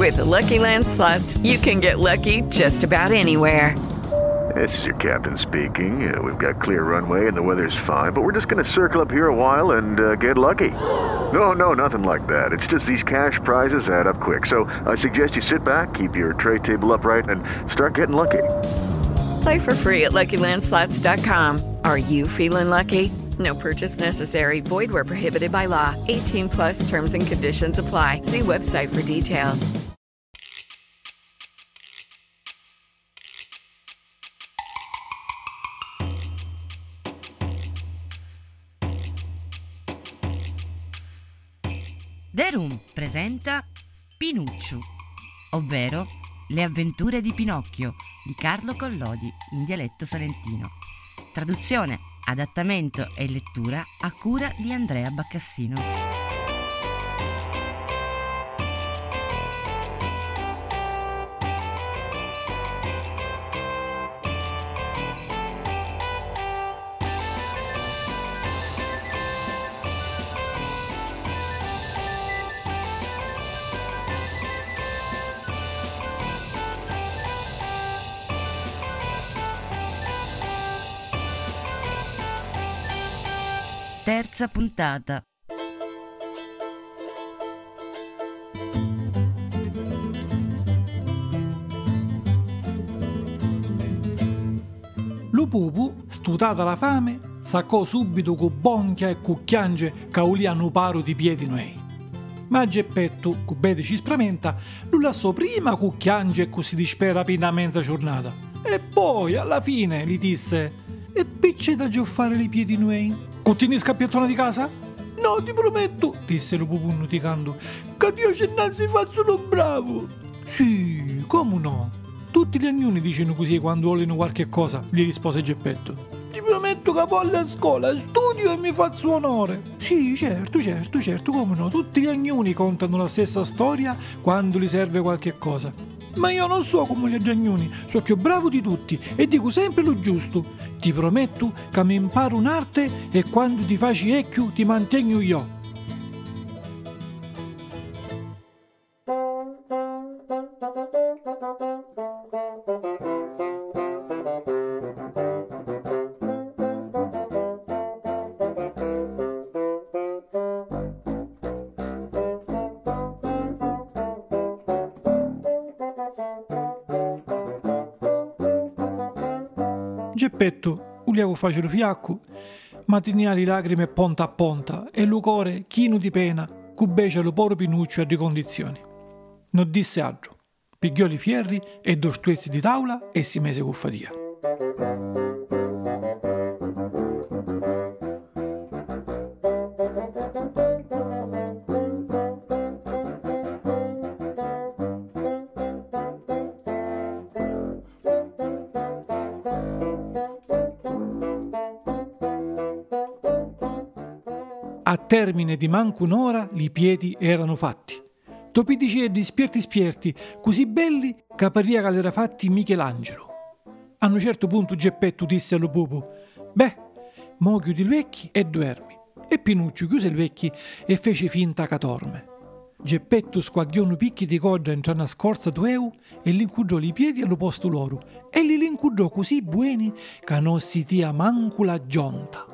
With the Lucky Land Slots, you can get lucky just about anywhere. This is your captain speaking. We've got clear runway and the weather's fine, but we're just going to circle up here a while and get lucky. No, nothing like that. It's just these cash prizes add up quick. So I suggest you sit back, keep your tray table upright, and start getting lucky. Play for free at LuckyLandSlots.com. Are you feeling lucky? No purchase necessary. Void where prohibited by law. 18 plus terms and conditions apply. See website for details. The Room presenta Pinucciu, ovvero Le avventure di Pinocchio di Carlo Collodi in dialetto salentino. Traduzione, adattamento e lettura a cura di Andrea Baccassino. Terza puntata. Lu pupu, stutata la fame, saccò subito cu bonchia e cucchiange cauliano paro di piedi noi. Ma Geppetto, cu bede ci spramenta, lu lasciò prima cucchiange e cu si dispera pina mezza giornata. E poi, alla fine, gli disse: "E picce da gioffare i piedi noi? Continui scappiettona di casa?" "No, ti prometto", disse lo pupu nuticando, "che io ce innanzi faccio lo bravo." "Sì, come no? Tutti gli agnoni dicono così quando vogliono qualche cosa", gli rispose Geppetto. "Ti prometto che voglio a scuola, studio e mi faccio onore." "Sì, certo, come no, tutti gli agnoni contano la stessa storia quando gli serve qualche cosa. Ma io non so come gli agnoni, so più bravo di tutti e dico sempre lo giusto. Ti prometto che mi imparo un'arte e quando ti faci ecchio ti mantengo io." Geppetto, uliavo facelo fiacco, ma tenia le lacrime ponta a ponta e lo cuore chino di pena, cu bece lo poro Pinuccio a ricondizioni. Non disse altro, pigliò i fierri e 2 stuezzi di tavola e si mise con fatia. A termine di manco un'ora, i piedi erano fatti. Topidiceddi spierti, così belli che paria che l'era fatti Michelangelo. A un certo punto Geppetto disse allo pupu: "Beh, mo chiudi i vecchi e dormi." E Pinuccio chiuse i vecchi e fece finta che dorme. Geppetto squagliò un picchi di codra in una scorza d'ueu e l'incugiò i piedi allo posto loro e li l'incugiò così buoni che non si tia manco la giunta.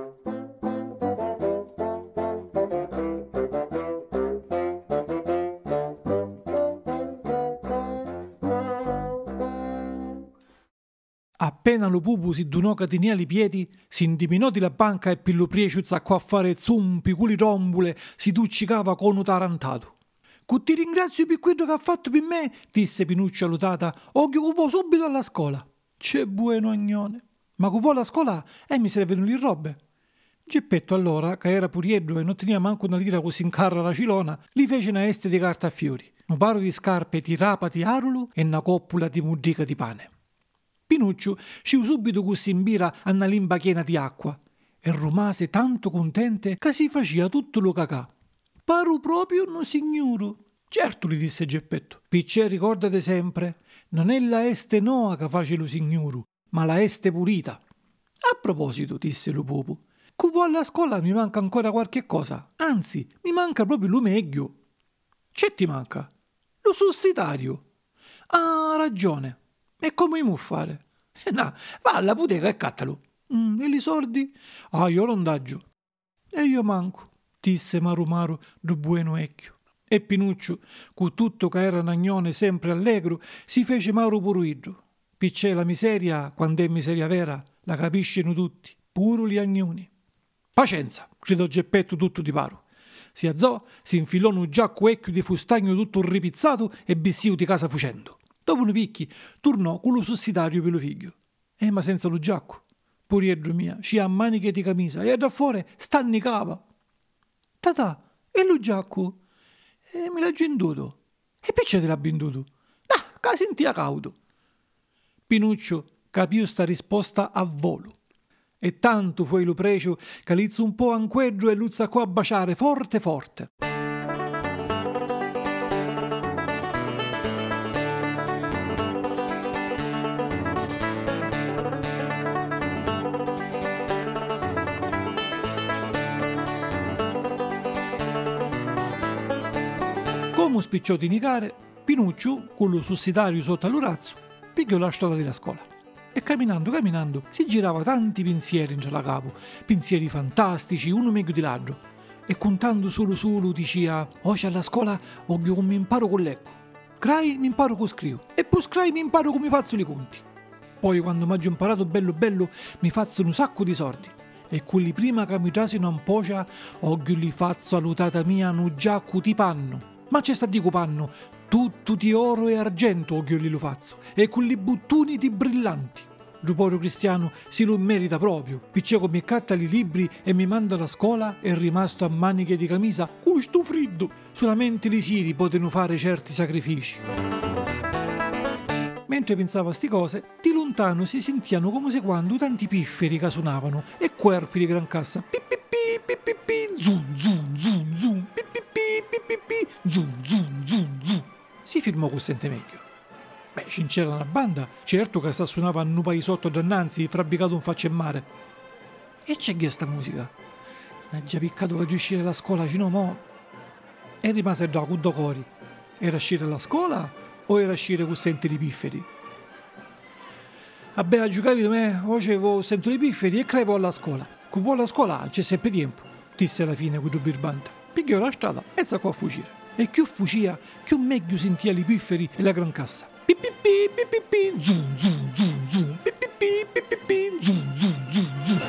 Appena lo pupu si dunò che tenia i piedi, si indiminò di la banca e pillo prieciu zaccò a fare zumpi, culi rombule, si tuccicava con un tarantato. "Cu ti ringrazio per quello che ha fatto per me", disse Pinuccio allutata, "occhio che vo subito alla scuola." "C'è buono agnone, ma che vo alla scuola e mi servono le robe." Geppetto allora, che era purieddo e non tenia manco una lira così in carra la cilona, gli fece una este di carta a fiori, un paro di scarpe di rapati arulu e una coppola di muddica di pane. Pinuccio sciù subito così in bira a una limba piena di acqua e rimase tanto contente che si faceva tutto lo cacà. "Paro proprio no signoro." "Certo", gli disse Geppetto, "piccè ricordate sempre, non è la este noa che face lo signoro, ma la este pulita." "A proposito", disse lo pupu, "che vuoi alla scuola mi manca ancora qualche cosa, anzi, mi manca proprio lo meglio." "C'è ti manca?" lo sussidario. Ah, ragione. E come mi fare? No, va alla bottega e cattalo. E i soldi? Ah, io non daggio. E io manco, disse Maru Maru do buono ecchio. E Pinuccio, con tutto che era nagnone sempre allegro, si fece Mauro puruidro. Piccè la miseria, quando è miseria vera, la capiscono tutti, pure gli agnoni. Pazienza, gridò Geppetto tutto di paro. Si alzò, si infilò un giacco ecchio di fustagno tutto ripizzato e bissiu di casa fucendo. Dopo un picchi, tornò con lo sussidario per lo figlio. Ma senza lo giacco. Puriedro mia, ci ha maniche di camisa e da fuori stanni cava. Tatà, e lo giacco? Me l'ha venduto. E perché te l'ha venduto? Che sentia caudo. Pinuccio capì sta risposta a volo. E tanto fu lo precio che l'izzo un po' anqueggio e lo zaccò a baciare forte forte. Come spicciò di nicare, Pinuccio, con lo sussidario sotto all'urazzo, pigliò la strada della scuola. E camminando, si girava tanti pensieri in la capo, pensieri fantastici, uno meglio di l'altro. E contando solo diceva: oggi alla scuola ho mi imparo con l'ecco, crai mi imparo con scrivo, e poi scrai mi imparo come faccio i conti. Poi quando mi ho imparato bello mi faccio un sacco di soldi. E quelli prima che mi trasino un pocia, oggi li faccio salutata mia un giacco di panno. Ma c'è sta dico panno, tutto di oro e argento oggi li lo faccio, e con li buttoni di brillanti. Il povero cristiano si lo merita proprio, perché mi catta i libri e mi manda alla scuola è rimasto a maniche di camisa con sto freddo. Solamente i siri potevano fare certi sacrifici. Mentre pensava a sti cose, di lontano si sentivano come se quando tanti pifferi che suonavano e querpi di gran cassa. Pippipi, pippipi, zum, zum, zum, zum, pippipi, pippipi, zum, zum, zum, zum. Si firmò con sente meglio. C'era una banda, certo che sta suonava a un paesotto dannanzi, fabbricato un faccia in mare. E c'è chi è sta musica? Mi ha già piccato che di uscire dalla scuola, cino mo. E rimase da con due cori. Era uscire dalla scuola o era uscire con senti di pifferi? Vabbè, a giocare di me, oggi sento di pifferi e crevo alla scuola. Con voi alla scuola c'è sempre tempo, disse alla fine con birbante. Pigliò la strada e zaccò a fucire. E più fucia, più meglio sentia i pifferi e la gran cassa. Pipipi, pipipi, zum, zum, zum, zum, pipipi, pipipi, zum, zum, zum, zum.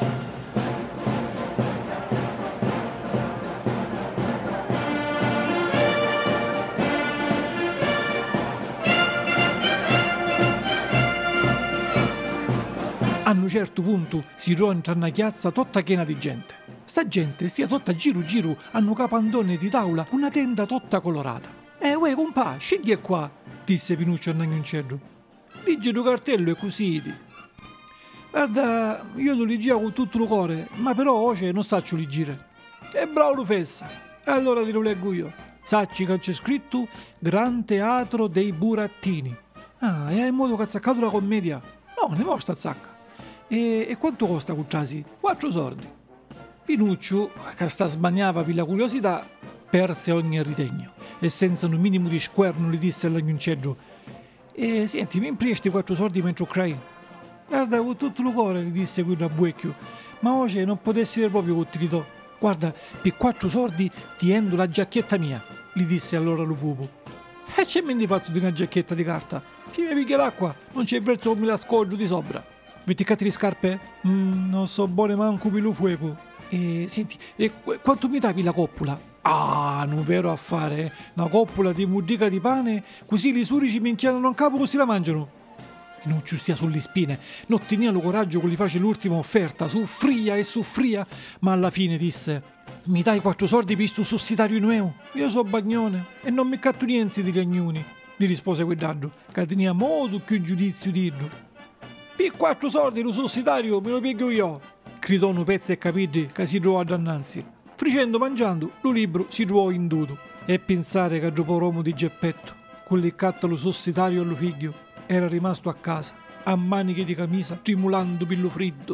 A un certo punto si ronca una chiazza tutta piena di gente. Sta gente stia tutta giro hanno capandone di tavola, una tenda tutta colorata. Uè, compà, scegli qua, disse Pinuccio a Nagnoncello. Leggi il cartello e così. Guarda, io lo leggevo con tutto il cuore, ma però oggi non saccio leggere. E bravo lo fessa. E allora te lo leggo io. Sacci che c'è scritto Gran Teatro dei Burattini. Ah, e in modo che ha zaccato la commedia? No, ne mostra zacca. E quanto costa cucciasi? 4 soldi. Pinuccio, che sta sbagnava per la curiosità, perse ogni ritegno e senza un minimo di squerno gli disse all'agnoncello: senti, mi impresti 4 soldi mentre crai? Guarda, con tutto il cuore, gli disse quello a buecchio, ma oggi non potessi essere proprio che ti do. Guarda, per 4 soldi ti endo la giacchetta mia, gli disse allora lo pupo. E c'è me ne fatto di una giacchetta di carta? Ci mi piglia l'acqua, non c'è verso come me la scoggio di sopra. Vetti le scarpe? Non so buone manco per lo fuoco. Senti, quanto mi dai la coppola? Ah, non vero affare, una coppola di muddica di pane, così i surici mi inchianano in capo così la mangiano. Non ci stia sulle spine, non tenia lo coraggio che gli face l'ultima offerta, soffria, ma alla fine disse: mi dai 4 soldi per sto sussidario nuovo? Io so bagnone e non mi catto niente di cagnoni, gli rispose quell'altro, che tenia molto più giudizio di dirlo. Per 4 soldi lo sussidario me lo piego io, gridò un pezzo e capite che si trovò addannanzi. Fricendo mangiando, lo libro si trovò induto. E pensare che dopo uomo di Geppetto, con il cattolo sussidario allo figlio, era rimasto a casa, a maniche di camisa, tremolando per lo freddo.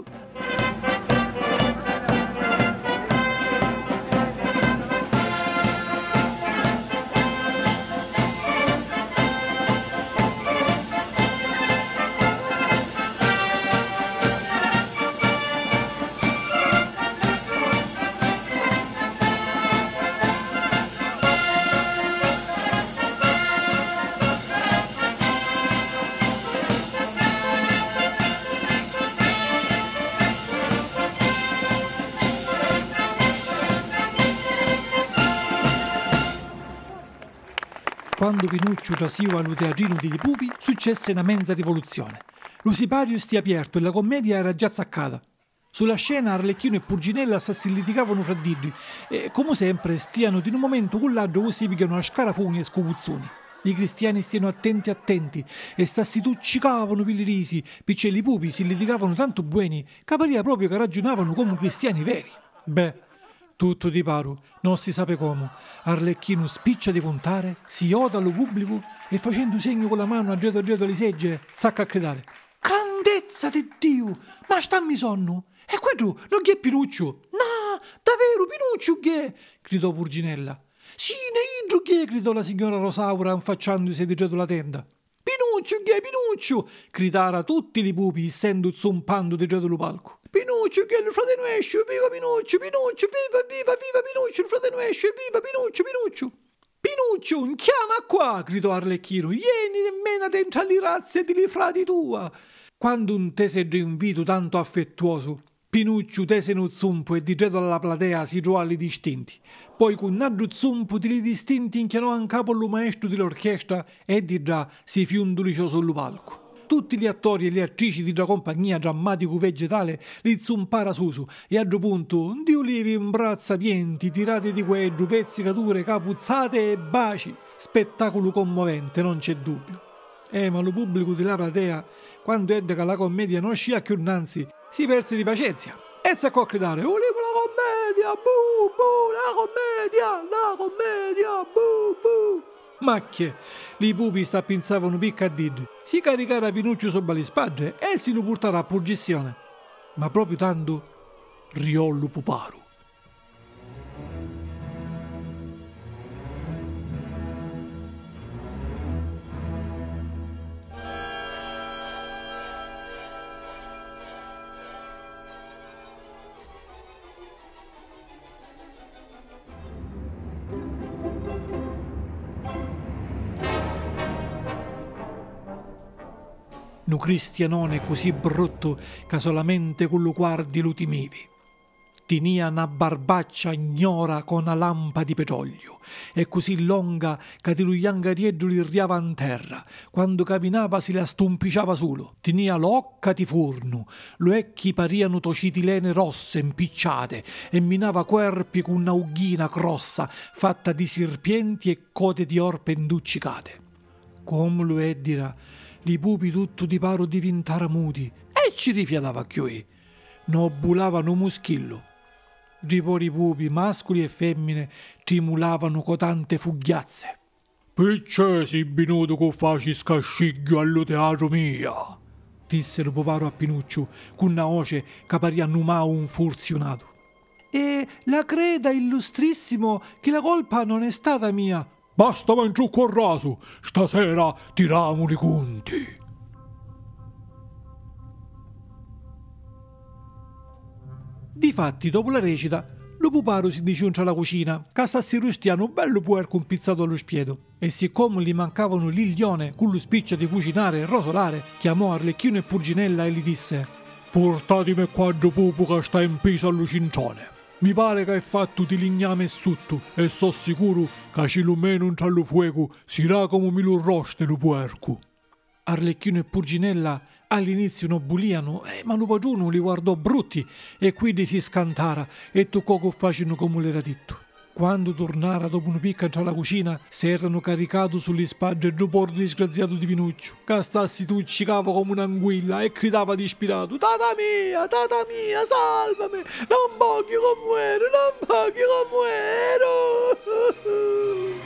Quando Pinucciu trasiva lo teatrino degli pupi, successe una mensa rivoluzione. Lo sipario stia aperto e la commedia era già zaccata. Sulla scena Arlecchino e Purginella si litigavano fra di e, come sempre, stiano in un momento con l'altro così pigliano a scarafoni e scopuzzoni. I cristiani stiano attenti e si tuccicavano per i risi, perché i pupi si litigavano tanto buoni che paria proprio che ragionavano come cristiani veri. Beh, tutto di paro, non si sa come. Arlecchino spiccia di contare, si oda allo pubblico e facendo segno con la mano a getto alle segge, sacca a gridare: grandezza di Dio, ma stammi sonno? E quello non è Pinucciu? No, davvero Pinucciu che? Gridò Purginella. Sì, ne idro che? Gridò la signora Rosaura affacciandosi dietro la tenda. Pinucciu che? Pinucciu! Gridara tutti i pupi, essendo zompando dietro lo palco. Pinucciu che? Il fratello esce, viva Pinucciu, Pinucciu, viva Pinucciu, il fratello esce, viva Pinucciu. Pinucciu, chiama qua! Gridò Arlecchino. Vieni nemmeno dentro alle razze di frati tua. Quando un tese di invito tanto affettuoso, Pinucciu tese uno zumpo e dietro alla platea si trovò alle distinti. Poi con un altro zumpo di distinti inchianò in capo lo maestro dell'orchestra e di già si fiondoliciò sul palco. Tutti gli attori e le attrici di la compagnia drammatico-vegetale li zumpara su e a un punto di olivi in braccia pienti, tirati di quello, pezzicature, capuzzate e baci. Spettacolo commovente, non c'è dubbio. Ma lo pubblico della platea, quando ebbe che la commedia non scia più innanzi, si perse di pazienza e si a gridare: volevo la commedia, bu bu, la commedia, bu bu. Macchie, i pupi pensavano picca a did. Si caricava Pinucciu sopra le spalle e si lo portava a purgizione. Ma proprio tanto riollo puparu. Nu cristianone così brutto che solamente con lo guardi lo timivi. Tinia una barbaccia ignora con una lampa di petrolio e così longa che ti lo ianga dietro li riava in terra. Quando camminava si la stumpiciava solo. Tinia l'occa di forno, lo occhi pariano tocitilene rosse impicciate e minava corpi con una ughina grossa fatta di serpienti e code di orpe induccicate. Come lo eddira, li pupi tutto di paro diventara muti e ci rifiatava chiui. Non bulavano muschillo. I pupi, mascoli e femmine, trimulavano con tante fughiazze. Perché sei venuto con faci scasciglio allo teatro mia? Disse il poparo a Pinucciu, con una voce che paria numao un furzionato. E la creda, illustrissimo, che la colpa non è stata mia. Basta mangiù col raso, stasera tiriamo i conti. Difatti, dopo la recita, lo puparo si digiunge alla cucina, che si rustiano un bello puerco impizzato allo spiedo. E siccome gli mancavano l'iglione con lo spiccio di cucinare e rosolare, chiamò Arlecchino e Purginella e gli disse: portatemi quattro pupu che sta in piso allo cincione. Mi pare che hai fatto di ligname sotto e so sicuro che se lo meno tra lo fuoco sarà come mi lo roste lo puerco. Arlecchino e Purginella all'inizio non buliano, ma lo padrone li guardò brutti e quindi si scantara e toccò che facciano come l'era detto. Quando tornara dopo una picca tra la cucina, si erano caricato sulle spalle il porto disgraziato di Pinucciu, che si tuccicava come un'anguilla e gridava disperato: tata mia, salvami, non voglio che muero, non voglio che muero.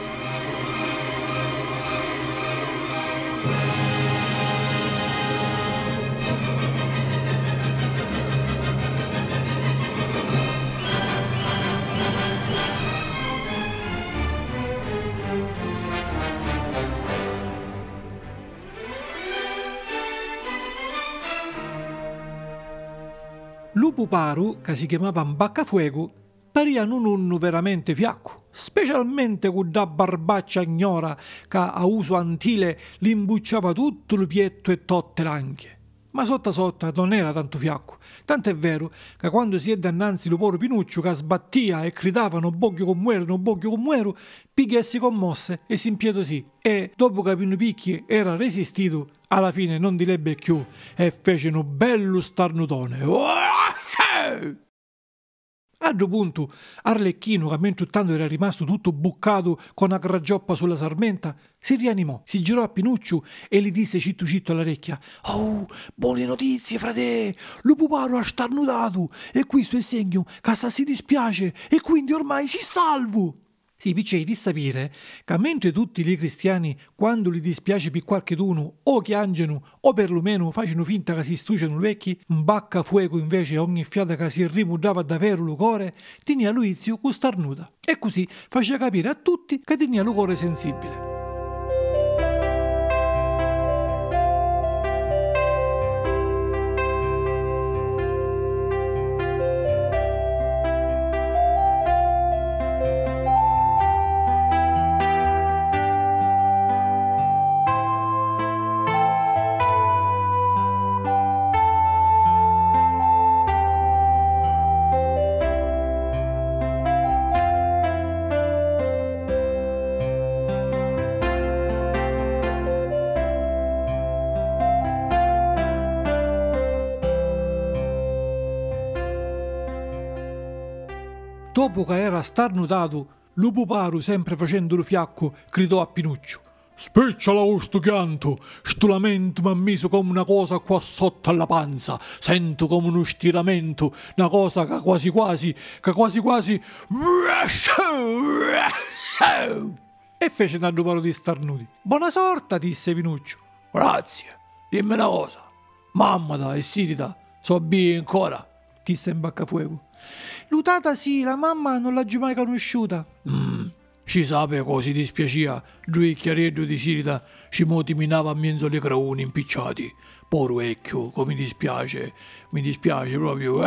Lo puparu, che si chiamava Mbaccafuego, paria un nonno veramente fiacco, specialmente con da barbaccia ignora che a uso antile li imbucciava tutto il pietto e totte l'anche. ma sotto non era tanto fiacco. Tant'è vero che quando si è dannanzi lo povero Pinuccio che sbattia e gridava non voglio con muero, Picchia si commosse e si impietosì e, dopo che Pino Picchi era resistito, alla fine non dilebbe più e fece un bello starnutone. A un punto, Arlecchino, che mentre tanto era rimasto tutto buccato con una gragioppa sulla sarmenta, si rianimò, si girò a Pinuccio e gli disse citto citto all'orecchia: «Oh, buone notizie, frate! Lo puparo ha starnutato e questo è segno che sta si dispiace e quindi ormai si salvo!» Si piccei di sapere che mentre tutti i cristiani, quando gli dispiace per qualcheduno, o chiangiano o perlomeno facciano finta che si stuciano i vecchi, Bacca Fuego invece ogni fiata che si rimudava davvero lo cuore, tenia Luizio con starnuta. E così faceva capire a tutti che tenia lo cuore sensibile. Dopo che era starnutato, lo puparu, sempre facendolo fiacco, gridò a Pinuccio: «Spicciala sto chianto, sto lamento m'ha messo come una cosa qua sotto alla panza, sento come uno stiramento, una cosa che quasi... E fece un altro paro di starnuti. «Buona sorta», disse Pinuccio. «Grazie, dimmi una cosa, mamma e Sirita, so bene ancora», disse in Baccafuego. «Lutata sì, la mamma non l'ha mai conosciuta». Ci sape cosa si dispiaceva, giù il chiareggio di Sirita ci motiminava a mezzo le crauni impicciati. Poro vecchio, come mi dispiace proprio.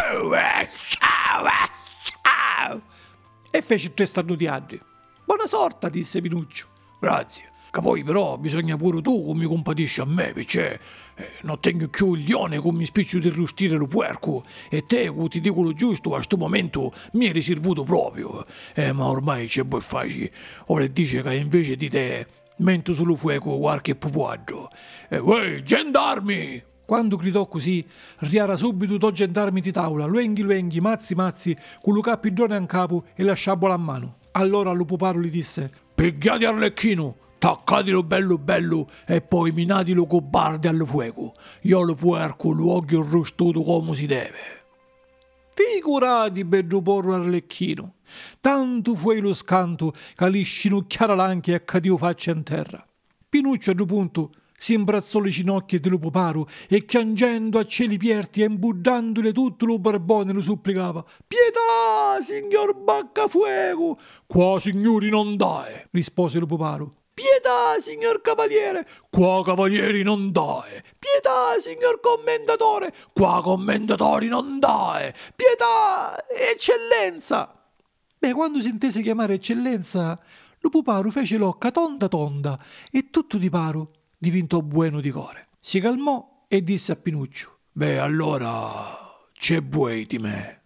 E fece 3 starnuti altri. «Buona sorta», disse Pinuccio. «Grazie, che poi però bisogna pure tu come mi compatisci a me, perché non tengo più il lione come mi spiccio di rustire lo puerco e te, ti dico lo giusto, a sto momento mi è riservato proprio. Ma ormai c'è poi facile, ora dice che invece di te mento sullo fuoco qualche pupuaggio. Uè, gendarmi!» Quando gridò così, riara subito 2 gendarmi di tavola, luenghi, mazzi, con lo capigione in capo e la sciabola a mano. Allora lo puparo gli disse: «Pigliate Arlecchino, taccatelo bello e poi minatelo con barde al fuoco. Io lo puerco, lo occhio arrostuto come si deve». Figurati, bello porro Arlecchino, tanto fu lo scanto che li scinucchiara l'anche e cadeva faccia in terra. Pinuccio a un punto si imbrazzò le ginocchia dello puparo e chiangendo a cieli pierti e imbuddandole tutto lo barbone lo supplicava: «Pietà, signor Baccafuego!» «Qua, signori, non dai», rispose lo puparo. «Pietà, signor cavaliere!» «Qua, cavalieri, non dai!» «Pietà, signor commendatore!» «Qua, commendatori, non dai!» «Pietà, eccellenza!» Beh, quando si intese chiamare eccellenza, lo puparo fece l'occa tonda e tutto di paro diventò buono di core. Si calmò e disse a Pinuccio: «Beh, allora c'è buoi di me».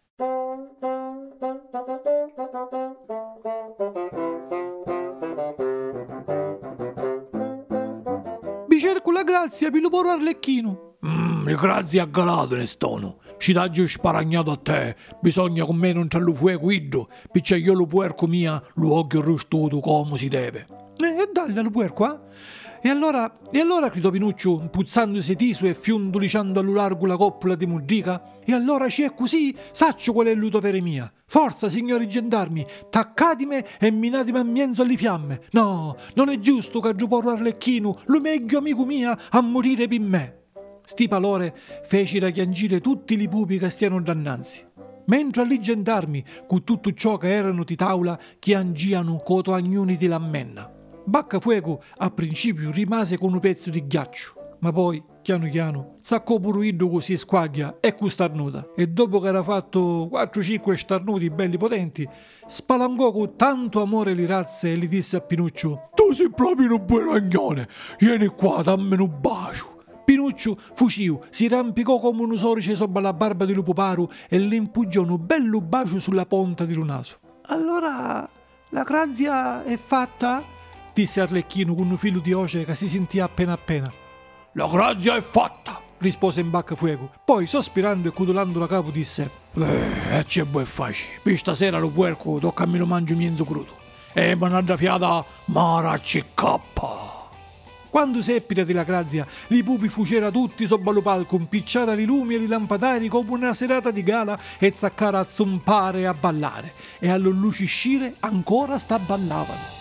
«Vi cerco la grazia per lo poro Arlecchino». «Le grazie a galato ne stono. Ci dà giù sparagnato a te. Bisogna con me non c'è lo fuoco iddo, perché io lo puerco mia lo occhio rustuto come si deve». «E dagli lo puerco, eh?» E allora gridò Pinuccio, puzzandosi tiso e fiondoliciando allo largo la coppola di muddica. «E allora ci è così, saccio qual è il dovere mia. Forza, signori gendarmi, taccatemi e minatemi a mienzo alle fiamme. No, non è giusto che giuporro Arlecchino, lo meglio amico mia, a morire per me». Sti palore feci da chiangire tutti i pupi che stiano dannanzi. Mentre agli gendarmi, con tutto ciò che erano di tavola, chiangiano coto agnuni di lammenna. Baccafuego a principio rimase con un pezzo di ghiaccio, ma poi, piano, saccò puruiddo così squaglia e cu starnuta, e dopo che era fatto 4-5 starnuti belli potenti, spalancò con tanto amore le razze e gli disse a Pinuccio: «Tu sei proprio un buon agnone, vieni qua, dammi un bacio». Pinuccio fuciu, si rampicò come un usorice sopra la barba di Lupo Paru e le impuggiò un bello bacio sulla ponta di un naso. «Allora la grazia è fatta?» disse Arlecchino con un filo di voce che si sentiva appena appena. «La grazia è fatta!» rispose Imbaccafuoco. Poi, sospirando e cudolando la capo, disse: c'è buon facile. Per stasera lo puerco tocca a me lo mangio mienzo crudo. E manada fiata mara ciccappa. Quando seppira di la grazia, i pupi fucera tutti sopra lo palco, impicciara i lumi e i lampadari come una serata di gala e zaccara a zompare e a ballare. E allo luciscire ancora sta ballavano.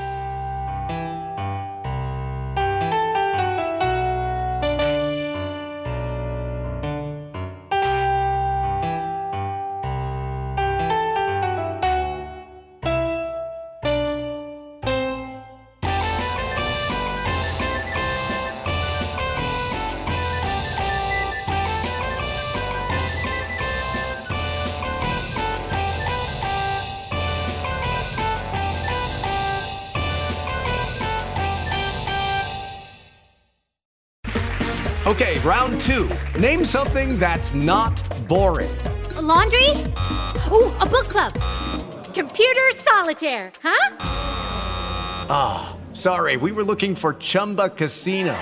Okay, round 2. Name something that's not boring. A laundry? Ooh, a book club. Computer solitaire, huh? Ah, sorry, we were looking for Chumba Casino.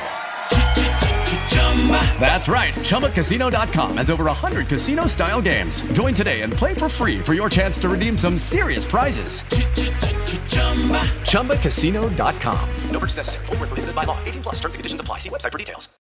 That's right, ChumbaCasino.com has over 100 casino-style games. Join today and play for free for your chance to redeem some serious prizes. ChumbaCasino.com. No purchase necessary. Void where prohibited by law. 18+ terms and conditions apply. See website for details.